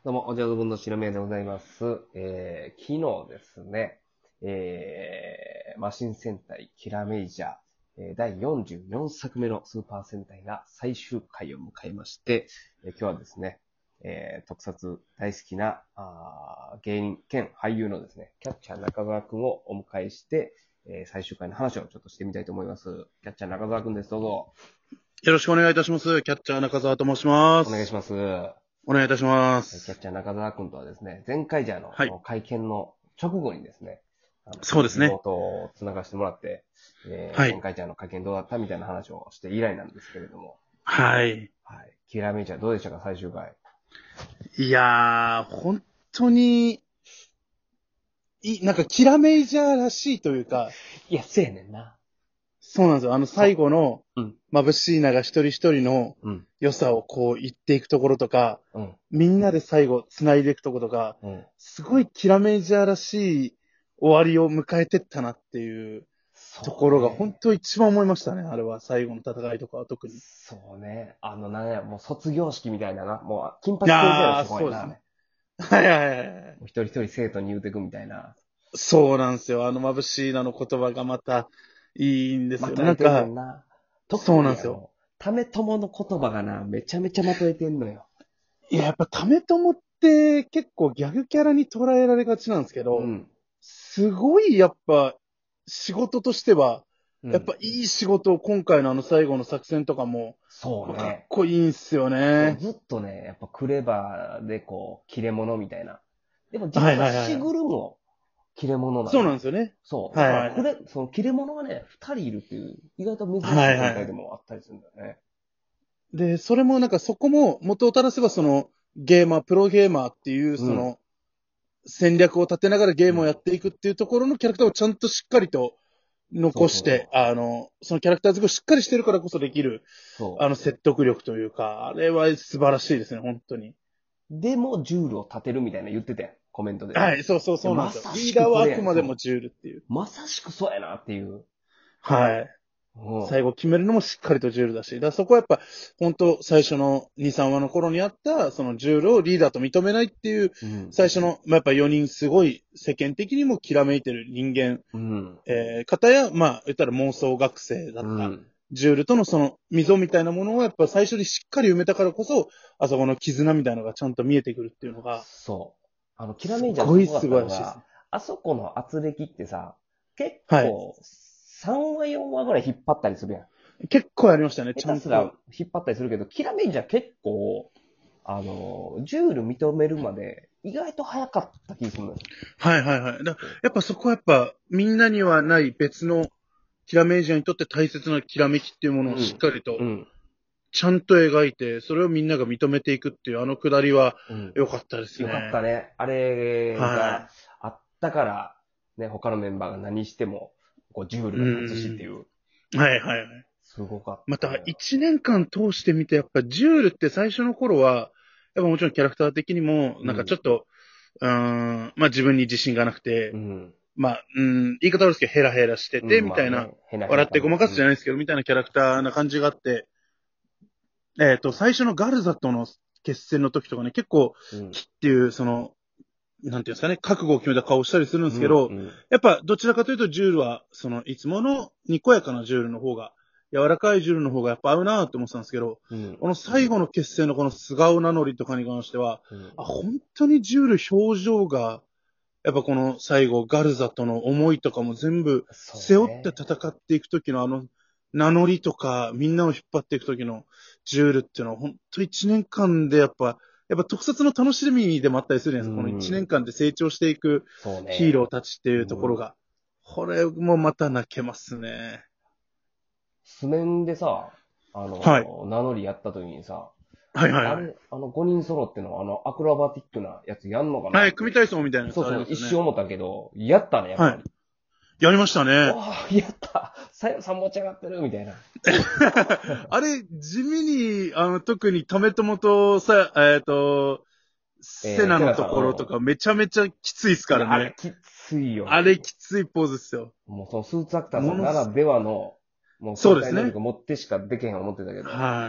どうも、お上手分の白宮でございます。昨日ですね、マシン戦隊キラメイジャー、第44作目のスーパー戦隊が最終回を迎えまして、今日はですね、特撮大好きな芸人兼俳優のですね、キャッチャー中澤くんをお迎えして、最終回の話をちょっとしてみたいと思います。キャッチャー中澤くんです。どうぞ。 よろしくお願いいたします。キャッチャー中澤と申します。 お願いします。 お願いいたしまキャす。 ッチャー中澤くんとはですね、前回じゃはい。 会見の直後にですね、リモそうですね。 ートを繋がしてもらって、前はい。 回じゃ会見どうだったみたいな話をして以来なんですけれども、 はい。 はい。キラメイちゃんどうでしたか、最終回。 いやー、本当に、なんか、キラメイジャーらしいというか、 いや、せやねんな。 そうなんですよ。最そ後の、 う。うん。 眩しいなが一人一人のうん。 良さをこう言っていくところとか、 うん。 みんなで最後繋いでいくところとか、 うん。 すごいキラメイジャーらしい終わりを迎えてったなっていうところがそうね。 本当一番思いましたね。あれは最後の戦いとかは特に。 そうね。なんや、もう卒業式みたいなな。もう、金髪先生のああ、 すごいな、あそうですね。 れ。 はいはいはいはい。 もう一人一人生徒に言うてくみたいな。 そうなんですよ。眩しいなの言葉がまたいいんですよね。 まとえてんねなんか、 んな。特そうなんですよ。 にためともの言葉がな、めちゃめちゃまとえてんのよ。 いや、やっぱためともって結構ギャグキャラに捉えられがちなんですけど、 うん。 すごいやっぱ仕事としては、やっうん。 ぱいい仕事を今回の最後の作戦とかも、かっそうね。 こいいんすよそう、 ね。 ずっとね、やっぱクレバーで切れ者みたいな。でもはい実はシはいはい。 グルも切れ者なそうんよ。 なんですよね。 そう。だからはいはいはい。 その切れ者がね、二人いるっていう、意外と珍しい展開ではいはいはい。 もあったりするんだよね。 で、それもなんかそこも元を正せばそのプロゲーマーっていううん。 その戦略を立てながらゲーうん。 ムをやっていくっていうところのキャラクターをちゃんとしっかりとそう残して、 そうそそのキャラクター作りをしっかりしてるからこそできる、 う。そ説得力というか、あれは素晴らしいですね、本当に。 う。でも、ジュールを立てるみたいな言ってて、コメントでね。 はい、そうそういや、 そうなんですよ。 まさリーダーしくこれやん。 はあくまでもそジュールっていう。 う。まさしくそうやなっていう。 はい。 うん。 最後決めるのもしっかりとジュールだし。だからそこはやっぱ、本当最初の2、3話の頃にあった、そのジュールをリーダーと認めないっていう、 うん。 最初の、まあ、やっぱ4人すごい世間的にもきらめいてる人間、 うん。 方や、まあ、言ったら妄想学生だった、 うん。 ジュールとのその溝みたいなものをやっぱ最初にしっかり埋めたからこそ、あそこの絆みたいなのがちゃんと見えてくるっていうのが、 そう。キラすっメイジャーごい素すごかった晴らしいですね。 のが、あそこの圧力ってさ、結はい。 構、3話4話ぐらい引っ張ったりするやん。 結構やりましたね、ちゃ下手すらんと。 引っ張ったりするけど、キラメイジャー結構、ジュール認めるまで、意外と早かった気がするんですはいはいはい。 よ。 やっぱそこはやっぱ、みんなにはない別のキラメイジャーにとって大切なきらめきっていうものをしっうん。 かりと、 うん。 ちゃんと描いて、それをみんなが認めていくっていうあのくだりはうん。 良かったですよかったね。 ね。あれがはあったから、ね、他のメンバーが何しても、ジュールい。うが立つしっていん。 う。 はいはいはい。 すごかっまた、 たよ。 一年間通してみて、やっぱジュールって最初の頃は、やっぱもちろんキャラクター的にも、なんかちうん。 ょっと、まあ自分に自信がなくて、 うん。 まあ、言い方悪いですけど、ヘラヘラしてて、 うん、 みたいな、 まあね、へなへ笑ってごまかな感じ。うん。 すじゃないですけど、みたいなキャラクターな感じがあって、最初のガルザとの決戦の時とかね、結構、 うん。 キっていう、その、なんていうんですかね、覚悟を決めた顔をしたりするんでうん。 すけど、 うん。 やっぱどちらかというとジュールは、その、いつものにこやかなジュールの方が、柔らかいジュールの方がやっぱ合うなって思ってたんですけど、 うん。 この最後の決戦のこの素顔名乗りとかに関しては、 うん。 あ、本当にジュール表情が、やっぱこの最後、ガルザとの思いとかも全部背負ってそうね。 戦っていくときのあの、名乗りとか、みんなを引っ張っていくときのジュールっていうのは、本当一年間でやっぱ特撮の楽しみでもあったりするじゃないですか。この一うん。 年間で成長していくそうね。 ヒーローたちっていうところうん。 が。これもまた泣けますね。 素面でさ、 はい。 名乗りやった時にさ、 はいはいはい。 あれ、5人揃ってのアクロバティックなやつやんのかなはい、 って。 組体操みたいなやつそうそう、 ありますよね。 一瞬思ったけど、やったね、やっはい。 ぱり。 やりましたね。 わあ、やったさよさん持ち上がってるみたいな。 あれ、地味に、特に為友とさ、セナセナさん、 のところとかめちゃめちゃきついですいや、あれからね。 きついよ。 あれきついポーズですよ。 もうそのスーツアクターさものす、 んならではの、もう身そうですね。 体能力持ってしかできへん思ってたけど、 は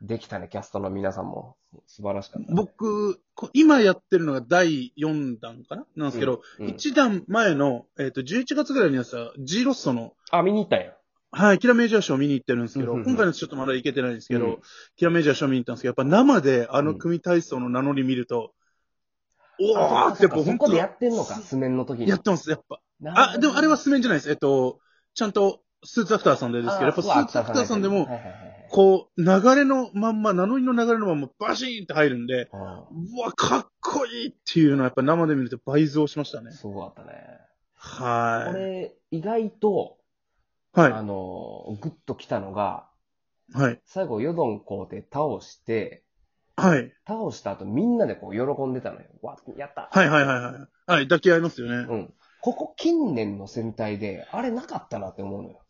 できたね、キャストの皆さんも。素晴らしかった、ね。 僕、今やってるのが第4弾かななんですけど、1弾前の、11月ぐらいにやった G ロッソの、 あ、見に行ったんや。 はい、キラメジャーショー見に行ってるんですけど、今回のちょっとまだ行けてないんですけど、キラメジャーショー見に行ったんですけど、やっぱ生で組体操の名乗り見ると、おーってやっぱ本当そこでやってんのか、スメンの時に。 やってます、やっぱ。あ、でもあれはスメンじゃないです。ちゃんと、スーツアクターさんでですけど、やっぱスーツアクターさんでも、こう、流れのまんま、名乗りの流れのまんま、バシーンって入るんで、うわ、かっこいいっていうのはやっぱ生で見ると倍増しましたね。 すごかったね。 はい。 これ、意外と、 はい。 グッときたのが、 はい。 最後、ヨドン皇帝倒して、 はい。 倒した後みんなでこう喜んでたのよ。わ、やったはいはいはいはい。はい、抱き合いますよね。 うん。ここ近年の戦隊で、あれなかったなって思うのよ。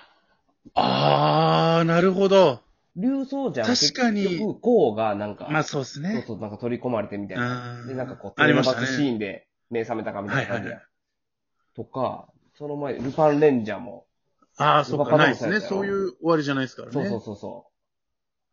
なるほど。 竜奏者確かに結局、こうがなんか、 まあそうですね。 そう、なんか取り込まれてみたいな。で、なんかこう、 ありましたねシーンで目覚めたかみたいな感じや。 はいはいはいとか、その前、ルパンレンジャーも。 そうか、ないですね。そういう終わりじゃないですからね。 そう。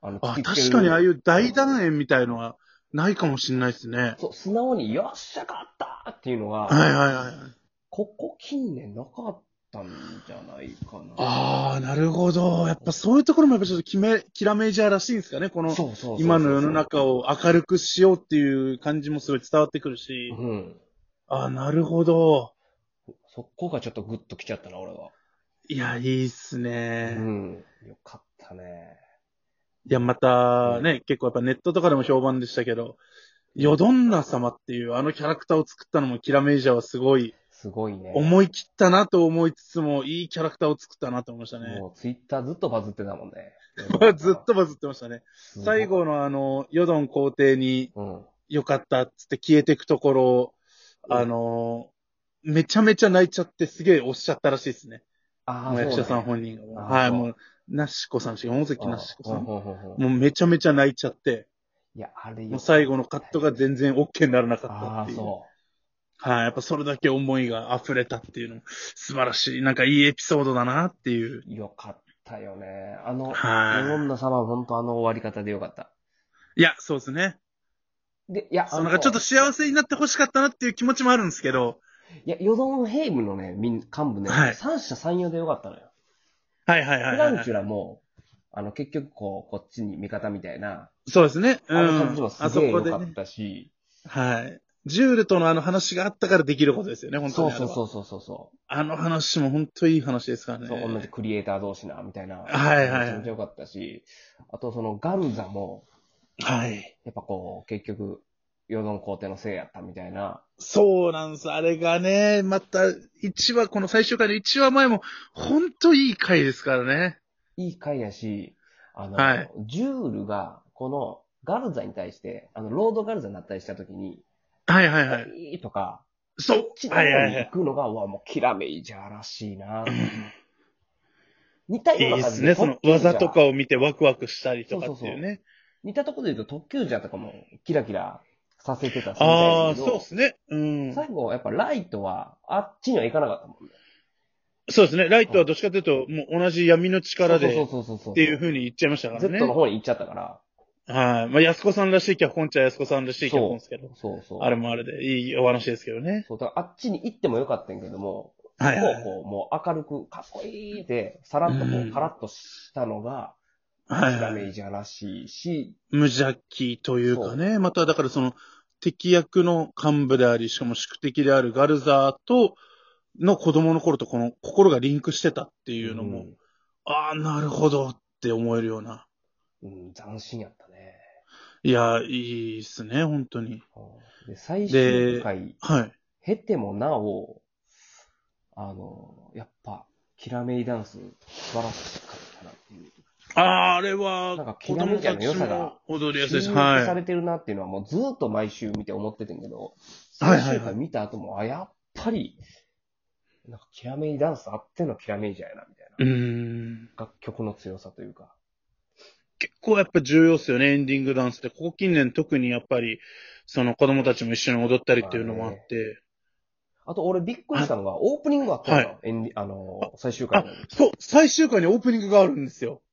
確かにああいう大団円みたいのはないかもしれないですね。 そう、素直に、よっしゃ、勝ったっていうのが、 はいはいはい。 ここ近年なかったんじゃないかな。 なるほど。やっぱそういうところもやっぱちょっとキラメジャーらしいんですかね。この、今の世の中を明るくしようっていう感じもすごい伝わってくるし。 うん。 なるほど。 そこがちょっとグッときちゃったな、俺は。 いや、いいっすね。 うん。よかったね。 いや、またね、結構やっぱネットとかでも評判でしたけど、ヨドンナ様っていうあのキャラクターを作ったのもキラメイジャーはすごいね。 思い切ったなと思いつつも、いいキャラクターを作ったなと思いましたね。 もうツイッターずっとバズってたもんね。 ずっとバズってましたね。最後のヨドン皇帝に、よかったっつって消えていくところ、めちゃめちゃ泣いちゃってすげえおっしゃったらしいですね。役者さん本人が。はい、もう、なしこさんしか、大関なしこさん。もうめちゃめちゃ泣いちゃって。 いや、あれもう最後のカットが全然 OK にならなかったっていう。はい、やっぱそれだけ思いが溢れたっていうのも素晴らしい。なんかいいエピソードだなっていう。 よかったよね。ヨドンナ様は本当終わり方でよかった。 いや、そうですね。 で、いや、 なんかちょっと幸せになってほしかったなっていう気持ちもあるんですけど。 いや、ヨドンヘイムのね、幹部ね、三者三様でよかったのよ。 はいはいはい。 フランチュラも、結局こっちに味方みたいな。 そうですね。 あの感じもすげえよかったし。 はい。ジュールとの話があったからできることですよね、本当に。 そう。 あの話も本当にいい話ですからね。 そう、同じクリエイター同士な、みたいな。 はいはい。 めちゃめちゃよかったし、あとそのガルザも、 はい。 やっぱ結局、ヨドン皇帝のせいやったみたいな。 そうなんです。あれがね、また、この最終回の1話前も、本当いい回ですからね。 いい回やし、 はい。 ジュールが、このガルザに対して、ロードガルザになったりしたときに、 はいはいはい。 いいとか、 そう。 はいはいはい。行くのが、もうキラメイジャーらしいな。似たような感じで。 いいですね。その技とかを見てワクワクしたりとかっていうね。 似たところで言うと特急ジャーとかもキラキラさせてたしみたいだけど。 そうですね。うん。 最後、やっぱライトは、あっちには行かなかったもんね。 そうですね。ライトはどっちかというと、もう同じ闇の力で、っていう風に言っちゃいましたからね。 Z の方に行っちゃったから。 はい。まあ、安子さんらしい脚本っちゃ安子さんらしい脚本ですけど。 そう。 あれもあれで、いいお話ですけどね。 そう、だからあっちに行ってもよかったんやけども、 はいはい。 もう明るく、かっこいいで、さらっとカラッとしたのが、キラメイジャーらしいし。 無邪気というかね。また、だからその、敵役の幹部であり、しかも宿敵であるガルザーと、の子供の頃とこの心がリンクしてたっていうのも、なるほどって思えるような。 斬新やったね。 いや、いいっすね、本当に。 で、最終回、 はい。 経てもなお、やっぱ、キラメイダンス素晴らしかったなっていう。 あれは、 なんかキラメイダンの良さが、 踊りやすいです。 はい。されてるなっていうのはもうずっと毎週見て思っててんけど、最終回見た後も、やっぱり、なんかキラメイダンスあってのキラメイジャーやな、みたいな。楽曲の強さというか。 結構やっぱ重要っすよね、エンディングダンスって。ここ近年特にやっぱり、その子供たちも一緒に踊ったりっていうのもあって。 あと俺びっくりしたのが、オープニングがあったの、最終回に。 そう、最終回にオープニングがあるんですよ。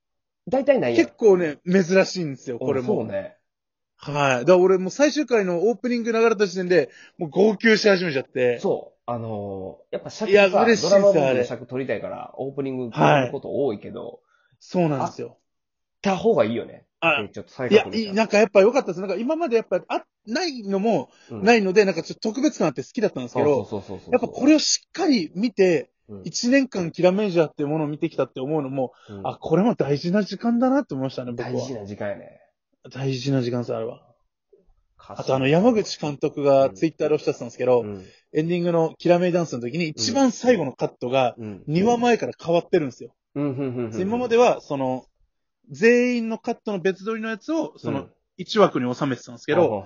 大体ないやん。 結構ね、珍しいんですよ、これも。 そうね。 はい。だから俺もう最終回のオープニング流れた時点で、もう号泣し始めちゃって。 そう。やっぱ尺いや、 さ、 嬉しいドラマっすよ、あれ。 部分の尺取りたいから、オープニングはい。 ること多いけど、 そうなんですよ。 た方がいいよね。 あ、 ちょっと再いや、 確認した。 なんかやっぱ良かったです。なんか今までやっぱ、ないのも、 うんないので、なんかちょっと特別感あって好きだったんですけど、 そう。 やっぱこれをしっかり見て、 うん 1年間キラメジャーっていうものを見てきたって思うのも、 うんあ、これも大事な時間だなって思いましたね、僕は。 大事な時間やね。 大事な時間です、あれは。あと山山口監督がツイッターでおっしゃってたんですけど、 うんエンディングのキラメイダンスの時に一番最後のカットがうん 2話前から変わってるんですよ。今までは、全員のカットの別撮りのやつを、1枠に収めてたんですけど、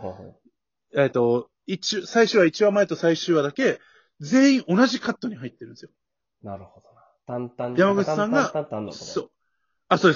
最初は1話前と最終話だけ、全員同じカットに入ってるんですよ。 なるほどな。 山口さんが、そう。あ、そうです。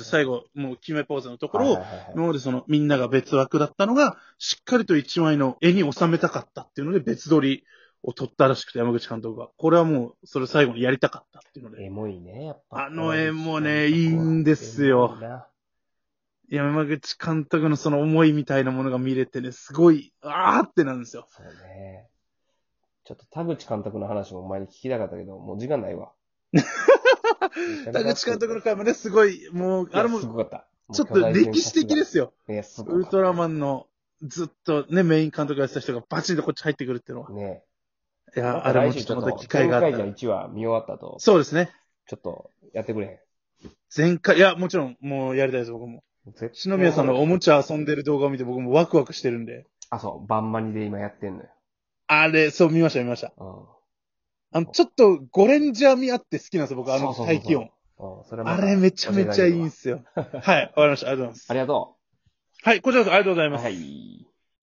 最後、もう決めポーズのところを、今までみんなが別枠だったのが、しっかりと1枚の絵に収めたかったっていうので、別撮りを撮ったらしくて、山口監督が。これはもう、それ最後にやりたかったっていうので。 エモいね、やっぱ。 あの絵もね、いいんですよ。山口監督のその思いみたいなものが見れてね、すごい、あーってなんですよ。 そうね。ちょっと田口監督の話も前に聞きたかったけど、もう時間ないわ。 田口監督の回もね、すごい、もう、あれも、 すごかった。 ちょっと歴史的ですよ。 いや、すごい。 ウルトラマンのずっとね、メイン監督やってた人がバチンとこっち入ってくるっていうのは。 ね。 いや、あれもちょっとまた機会があったら。 前回じゃ1話見終わったと。 そうですね。 ちょっと、やってくれへん。 前回、いや、もちろん、もうやりたいです、僕も。篠宮さんのおもちゃ遊んでる動画を見て僕もワクワクしてるんで。 あ、そう、バンマニで今やってんのよ。 あれ、そう、見ました。ちょっと、ゴレンジャー味あって好きなんですよ、僕、大気音。あれめちゃめちゃいいんすよ。はい、わかりました。ありがとうございます。 ありがとう。はい、こちらこそありがとうございます。 はい。